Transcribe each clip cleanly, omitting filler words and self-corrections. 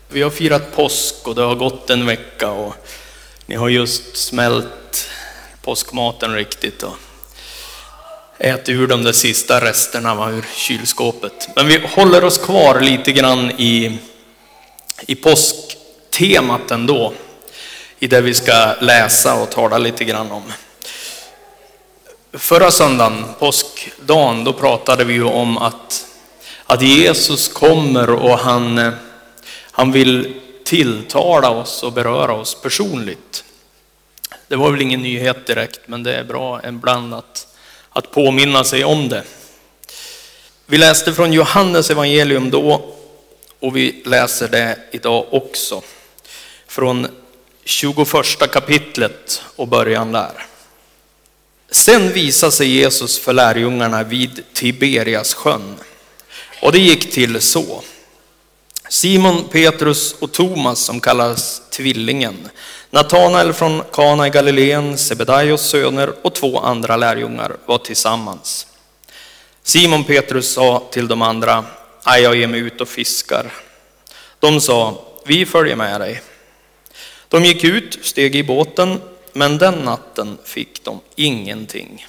Vi har firat påsk och det har gått en vecka och ni har just smält påskmaten riktigt och ätit ur de där sista resterna ur kylskåpet. Men vi håller oss kvar lite grann i påsktemat ändå, i det vi ska läsa och tala lite grann om. Förra söndagen, påskdagen, då pratade vi ju om att Jesus kommer och han vill tilltala oss och beröra oss personligt. Det var väl ingen nyhet direkt, men det är bra ibland att påminna sig om det. Vi läste från Johannes evangelium då, och vi läser det idag också. Från 21 kapitlet och början där. Sen visade sig Jesus för lärjungarna vid Tiberias sjön. Och det gick till så. Simon, Petrus och Thomas, som kallas Tvillingen, Natanael från Kana i Galileen, Sebedaios söner och 2 andra lärjungar var tillsammans. Simon Petrus sa till de andra: jag ger mig ut och fiskar. De sa: vi följer med dig. De gick ut, steg i båten, men den natten fick de ingenting.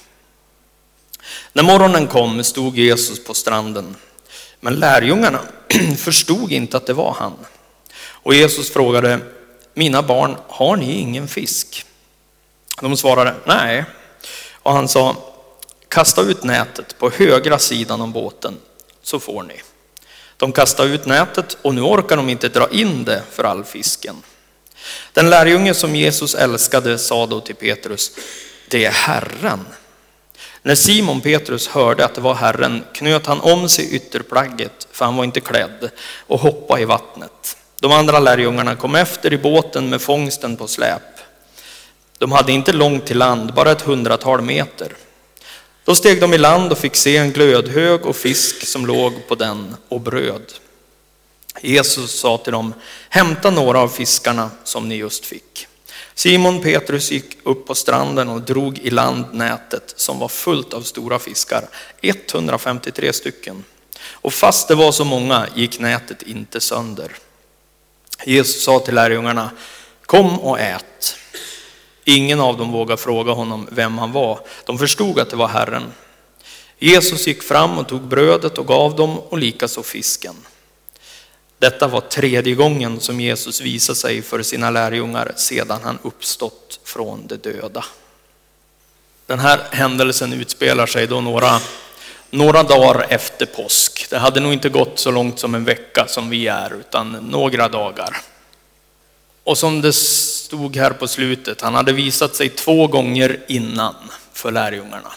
När morgonen kom stod Jesus på stranden, men lärjungarna förstod inte att det var han. Och Jesus frågade: mina barn, har ni ingen fisk? De svarade: nej. Och han sa: kasta ut nätet på högra sidan om båten så får ni. De kastade ut nätet och nu orkar de inte dra in det för all fisken. Den lärjunge som Jesus älskade sa då till Petrus: det är Herren. När Simon Petrus hörde att det var Herren knöt han om sig ytterplagget, för han var inte klädd, och hoppade i vattnet. De andra lärjungarna kom efter i båten med fångsten på släp. De hade inte långt till land, bara 100 meter. Då steg de i land och fick se en glödhög och fisk som låg på den och bröd. Jesus sa till dem: hämta några av fiskarna som ni just fick. Simon Petrus gick upp på stranden och drog i land nätet som var fullt av stora fiskar, 153 stycken. Och fast det var så många gick nätet inte sönder. Jesus sa till lärjungarna: kom och ät. Ingen av dem vågade fråga honom vem han var. De förstod att det var Herren. Jesus gick fram och tog brödet och gav dem, och likaså fisken. Detta var 3:e gången som Jesus visade sig för sina lärjungar sedan han uppstått från de döda. Den här händelsen utspelar sig då några dagar efter påsk. Det hade nog inte gått så långt som en vecka som vi är, utan några dagar. Och som det stod här på slutet, han hade visat sig 2 gånger innan för lärjungarna.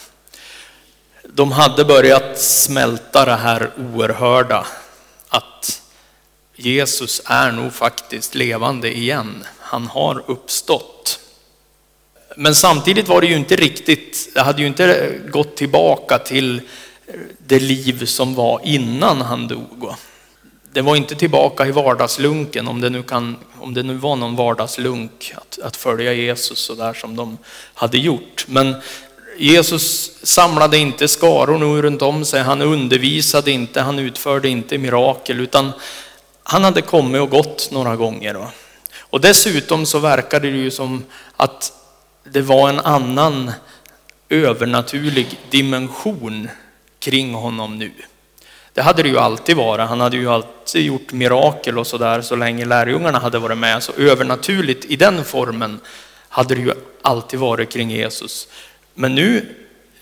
De hade börjat smälta det här oerhörda, att Jesus är nog faktiskt levande igen. Han har uppstått. Men samtidigt var det ju inte riktigt, det hade ju inte gått tillbaka till det liv som var innan han dog. Det var inte tillbaka i vardagslunken, om det nu var någon vardagslunk att följa Jesus så där som de hade gjort. Men Jesus samlade inte skaror runt om sig, han undervisade inte, han utförde inte mirakel, utan han hade kommit och gått några gånger. Och dessutom så verkade det ju som att det var en annan övernaturlig dimension kring honom nu. Det hade det ju alltid varit. Han hade ju alltid gjort mirakel och sådär så länge lärjungarna hade varit med. Så övernaturligt i den formen hade det ju alltid varit kring Jesus. Men nu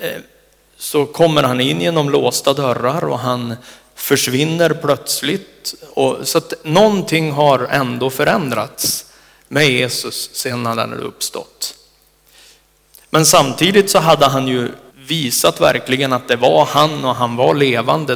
så kommer han in genom låsta dörrar och han försvinner plötsligt. Och så att någonting har ändå förändrats med Jesus sedan han hade uppstått. Men samtidigt så hade han ju visat verkligen att det var han och han var levande.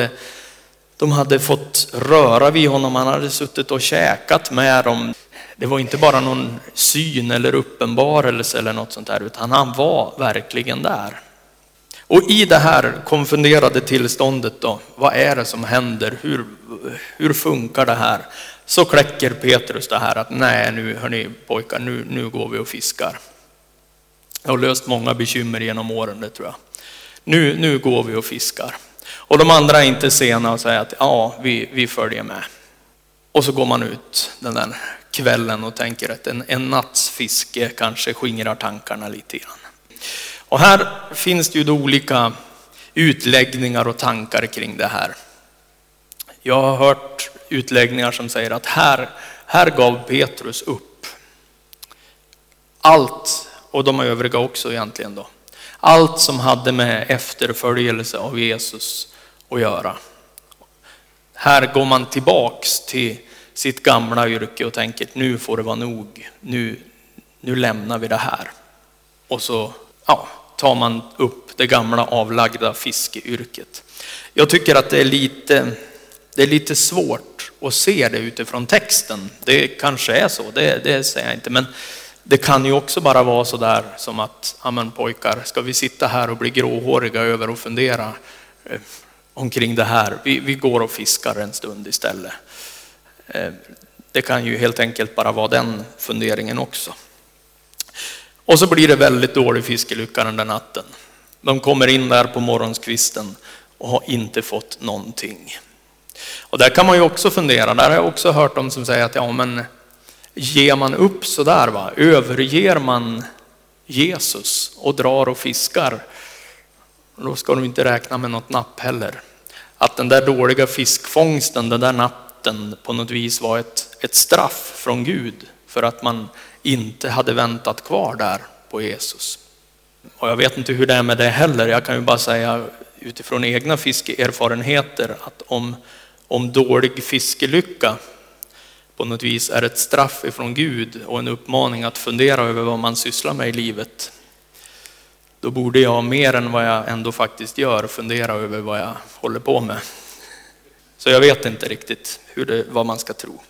De hade fått röra vid honom, han hade suttit och käkat med dem. Det var inte bara någon syn eller uppenbarelse eller något sånt där, utan han var verkligen där. Och i det här konfunderade tillståndet då, vad är det som händer? Hur funkar det här? Så kläcker Petrus det här att nej, nu hörni pojkar, nu går vi och fiskar. Jag har löst många bekymmer genom åren, det tror jag. Nu går vi och fiskar. Och de andra är inte sena och säger att ja, vi följer med. Och så går man ut den där kvällen och tänker att en natts fiske kanske skingrar tankarna lite grann. Och här finns det ju då olika utläggningar och tankar kring det här. Jag har hört utläggningar som säger att här gav Petrus upp. Allt, och de övriga också egentligen då. Allt som hade med efterföljelse av Jesus att göra. Här går man tillbaks till sitt gamla yrke och tänker att nu får det vara nog. Nu lämnar vi det här. Och så tar man upp det gamla avlagda fiskeyrket. Jag tycker att det är lite svårt att se det utifrån texten. Det kanske är så, det säger jag inte. Men det kan ju också bara vara så där som att, amen pojkar, ska vi sitta här och bli gråhåriga över och fundera omkring det här? Vi går och fiskar en stund istället. Det kan ju helt enkelt bara vara den funderingen också. Och så blir det väldigt dålig fiskelycka den där natten. De kommer in där på morgonskvisten och har inte fått någonting. Och där kan man ju också fundera. Där har jag också hört dem som säger att ger man upp så där, va? Överger man Jesus och drar och fiskar, då ska du inte räkna med något napp heller. Att den där dåliga fiskfångsten, den där natten på något vis var ett straff från Gud för att man inte hade väntat kvar där på Jesus. Och jag vet inte hur det är med det heller. Jag kan ju bara säga utifrån egna fiskeerfarenheter att om dålig fiskelycka på något vis är ett straff ifrån Gud och en uppmaning att fundera över vad man sysslar med i livet, då borde jag mer än vad jag ändå faktiskt gör fundera över vad jag håller på med. Så jag vet inte riktigt vad man ska tro.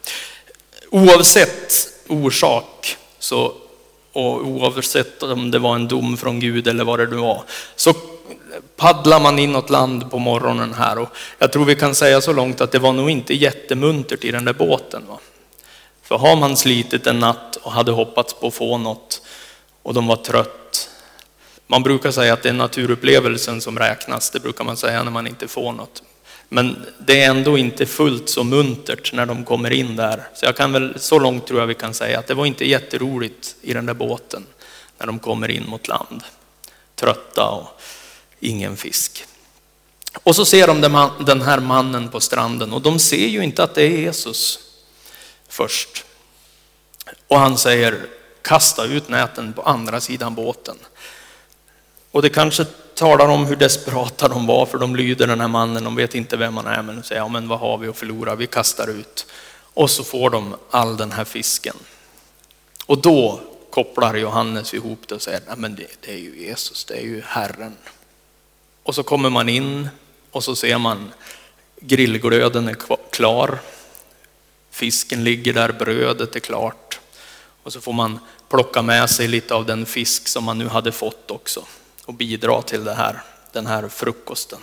Oavsett orsak och oavsett om det var en dom från Gud eller vad det nu var, så paddlar man inåt land på morgonen här. Och jag tror vi kan säga så långt att det var nog inte jättemuntert i den där båten, va? För har man slitit en natt och hade hoppats på att få något och de var trött. Man brukar säga att det är naturupplevelsen som räknas. Det brukar man säga när man inte får något. Men det är ändå inte fullt så muntert när de kommer in där. Så så långt tror jag vi kan säga att det var inte jätteroligt i den där båten när de kommer in mot land. Trötta och ingen fisk. Och så ser de den här mannen på stranden och de ser ju inte att det är Jesus först. Och han säger, kasta ut näten på andra sidan båten. Och det kanske talar om hur desperata de var, för de lyder den här mannen, de vet inte vem han är, men de säger, men vad har vi att förlora, vi kastar ut. Och så får de all den här fisken. Och då kopplar Johannes ihop det och säger, men det är ju Jesus, det är ju Herren. Och så kommer man in och så ser man grillglöden är klar. Fisken ligger där, brödet är klart. Och så får man plocka med sig lite av den fisk som man nu hade fått också och bidra till den här frukosten.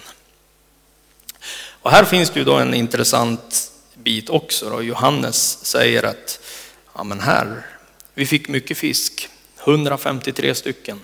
Och här finns det ju då en intressant bit också då. Johannes säger att men här, vi fick mycket fisk, 153 stycken.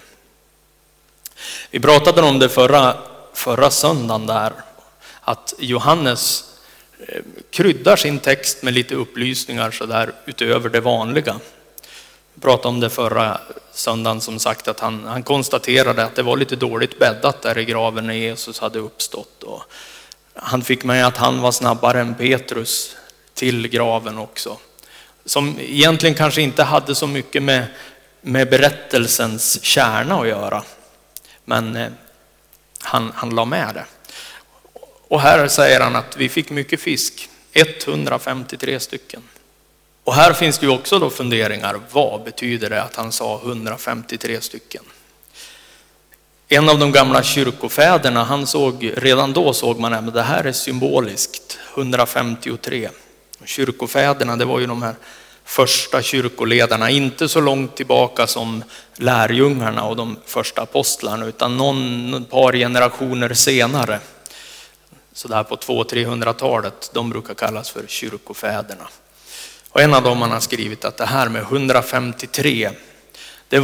Vi pratade om det förra söndagen där, att Johannes kryddar sin text med lite upplysningar så där utöver det vanliga. Vi pratade om det förra söndagen, som sagt, att han konstaterade att det var lite dåligt bäddat där i graven när Jesus hade uppstått. Och han fick med att han var snabbare än Petrus till graven också. Som egentligen kanske inte hade så mycket med berättelsens kärna att göra. Men han la med det. Och här säger han att vi fick mycket fisk, 153 stycken. Och här finns det ju också då funderingar, vad betyder det att han sa 153 stycken? En av de gamla kyrkofäderna, redan då såg man att det här är symboliskt, 153. Kyrkofäderna, det var ju de här första kyrkoledarna, inte så långt tillbaka som lärjungarna och de första apostlarna, utan ett par generationer senare. Så där på 200-300-talet, de brukar kallas för kyrkofäderna. Och en av dem har skrivit att det här med 153, det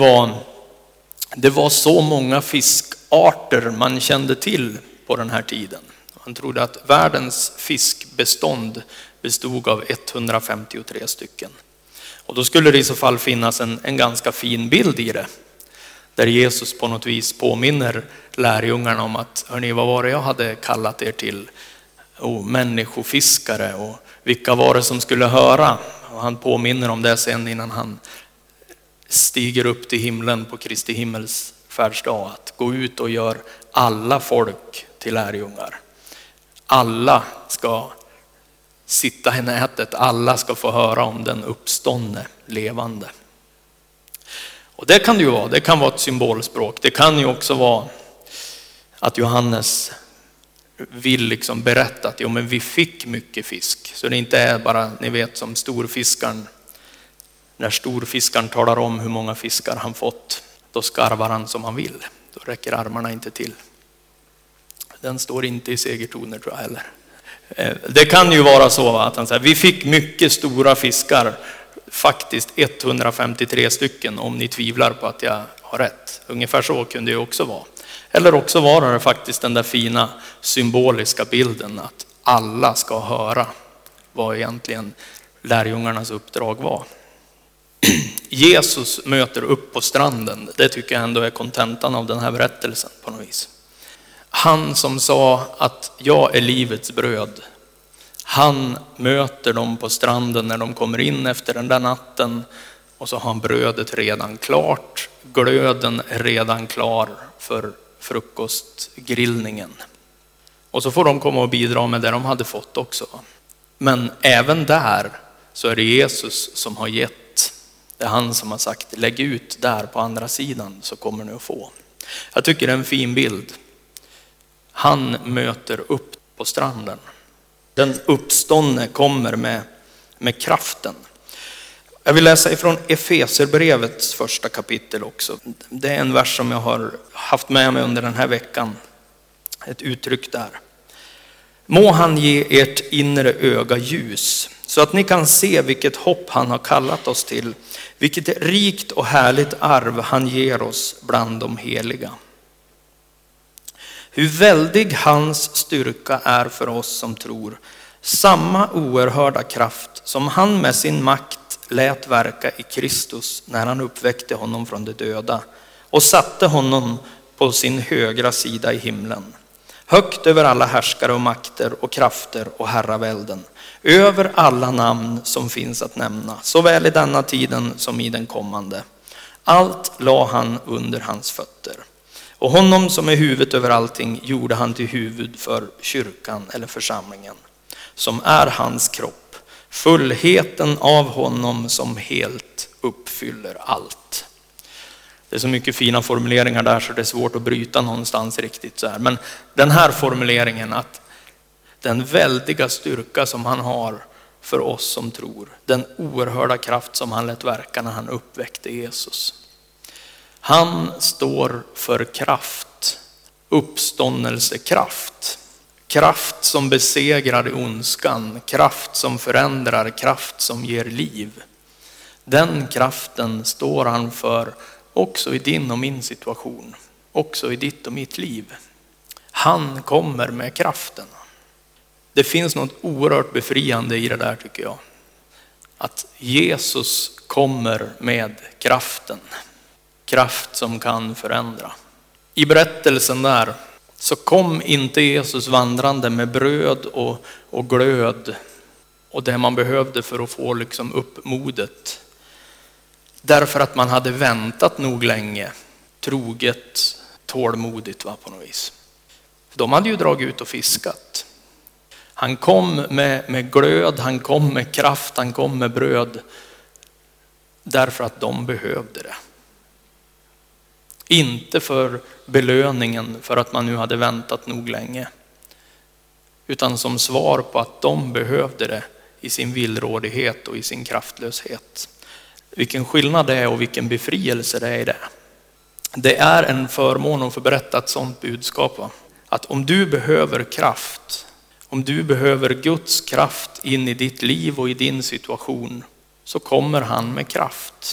var så många fiskarter man kände till på den här tiden. Han trodde att världens fiskbestånd bestod av 153 stycken. Och då skulle det i så fall finnas en ganska fin bild i det. Där Jesus på något vis påminner lärjungarna om att hörni, vad var det jag hade kallat er till? Människofiskare, och vilka var det som skulle höra? Och han påminner om det sen innan han stiger upp till himlen på Kristi himmelsfärdsdag. Att gå ut och gör alla folk till lärjungar. Alla ska sitta i nätet, alla ska få höra om den uppståndne levande. Och det kan det ju vara, det kan vara ett symbolspråk. Det kan ju också vara att Johannes vill liksom berätta att men vi fick mycket fisk. Så det inte är bara, ni vet, som storfiskaren. När storfiskaren talar om hur många fiskar han fått, då skarvar han som han vill. Då räcker armarna inte till. Den står inte i segertoner tror jag heller. Det kan ju vara så att han säger, vi fick mycket stora fiskar. Faktiskt 153 stycken, om ni tvivlar på att jag har rätt. Ungefär så kunde det också vara. Eller också var det faktiskt den där fina symboliska bilden att alla ska höra vad egentligen lärjungarnas uppdrag var. Jesus möter upp på stranden. Det tycker jag ändå är kontentan av den här berättelsen på något vis. Han som sa att jag är livets bröd. Han möter dem på stranden när de kommer in efter den där natten. Och så har han brödet redan klart. Glöden är redan klar för frukostgrillningen. Och så får de komma och bidra med det de hade fått också. Men även där så är det Jesus som har gett. Det är han som har sagt, lägg ut där på andra sidan så kommer ni att få. Jag tycker det är en fin bild. Han möter upp på stranden. Den uppståndne kommer med kraften. Jag vill läsa ifrån Efeserbrevets första kapitel också. Det är en vers som jag har haft med mig under den här veckan. Ett uttryck där. Må han ge ert inre öga ljus, så att ni kan se vilket hopp han har kallat oss till. Vilket rikt och härligt arv han ger oss bland de heliga. Hur väldig hans styrka är för oss som tror. Samma oerhörda kraft som han med sin makt lät verka i Kristus när han uppväckte honom från de döda och satte honom på sin högra sida i himlen. Högt över alla härskare och makter och krafter och herravälden. Över alla namn som finns att nämna, såväl i denna tiden som i den kommande. Allt la han under hans fötter. Och honom som är huvudet över allting gjorde han till huvud för kyrkan eller församlingen. Som är hans kropp. Fullheten av honom som helt uppfyller allt. Det är så mycket fina formuleringar där så det är svårt att bryta någonstans riktigt så här. Men den här formuleringen att den väldiga styrka som han har för oss som tror. Den oerhörda kraft som han lät verka när han uppväckte Jesus. Han står för kraft, uppståndelsekraft. Kraft som besegrar ondskan, kraft som förändrar, kraft som ger liv. Den kraften står han för också i din och min situation, också i ditt och mitt liv. Han kommer med kraften. Det finns något oerhört befriande i det där tycker jag. Att Jesus kommer med kraften. Kraft som kan förändra. I berättelsen där så kom inte Jesus vandrande med bröd och glöd och det man behövde för att få liksom upp modet. Därför att man hade väntat nog länge, troget, tålmodigt på något vis. De hade ju dragit ut och fiskat. Han kom med glöd, han kom med kraft, han kom med bröd. Därför att de behövde det. Inte för belöningen för att man nu hade väntat nog länge. Utan som svar på att de behövde det i sin villrådighet och i sin kraftlöshet. Vilken skillnad det är och vilken befrielse det är i det. Det är en förmån att få berätta ett sånt budskap. Att om du behöver kraft, om du behöver Guds kraft in i ditt liv och i din situation, så kommer han med kraft.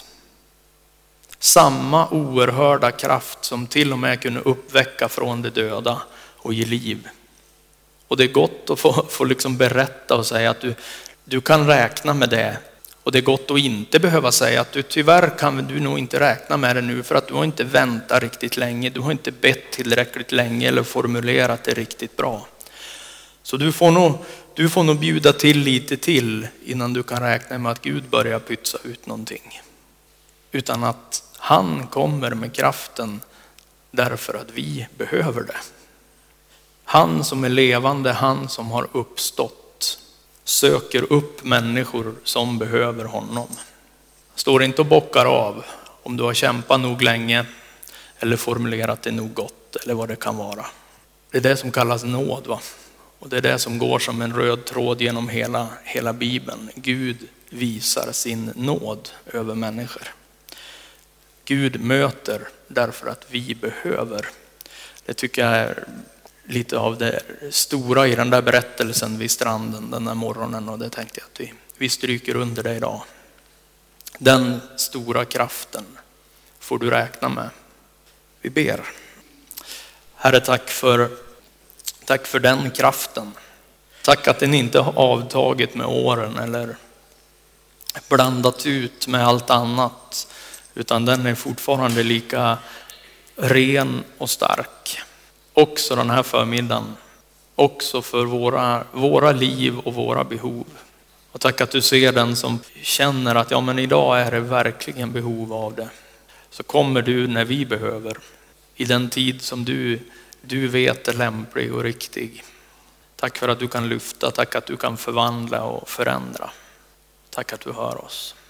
Samma oerhörda kraft som till och med kunde uppväcka från de döda och ge liv. Och det är gott att få liksom berätta och säga att Du kan räkna med det. Och det är gott att inte behöva säga att tyvärr kan du nog inte räkna med det nu för att du har inte väntat riktigt länge. Du har inte bett tillräckligt länge eller formulerat det riktigt bra. Så du får nog bjuda till lite till innan du kan räkna med att Gud börjar pytsa ut någonting. Utan att han kommer med kraften därför att vi behöver det. Han som är levande, han som har uppstått, söker upp människor som behöver honom. Står inte och bockar av om du har kämpat nog länge eller formulerat det nog gott eller vad det kan vara. Det är det som kallas nåd, va? Och det är det som går som en röd tråd genom hela Bibeln. Gud visar sin nåd över människor. Gud möter därför att vi behöver. Det tycker jag är lite av det stora i den där berättelsen vid stranden den där morgonen. Och det tänkte jag att vi stryker under det idag. Den stora kraften får du räkna med. Vi ber. Herre, tack för den kraften. Tack att den inte har avtagit med åren eller blandat ut med allt annat. Utan den är fortfarande lika ren och stark. Också den här förmiddagen. Också för våra liv och våra behov. Och tack att du ser den som känner att ja, men idag är det verkligen behov av det. Så kommer du när vi behöver. I den tid som du vet är lämplig och riktig. Tack för att du kan lyfta. Tack att du kan förvandla och förändra. Tack att du hör oss.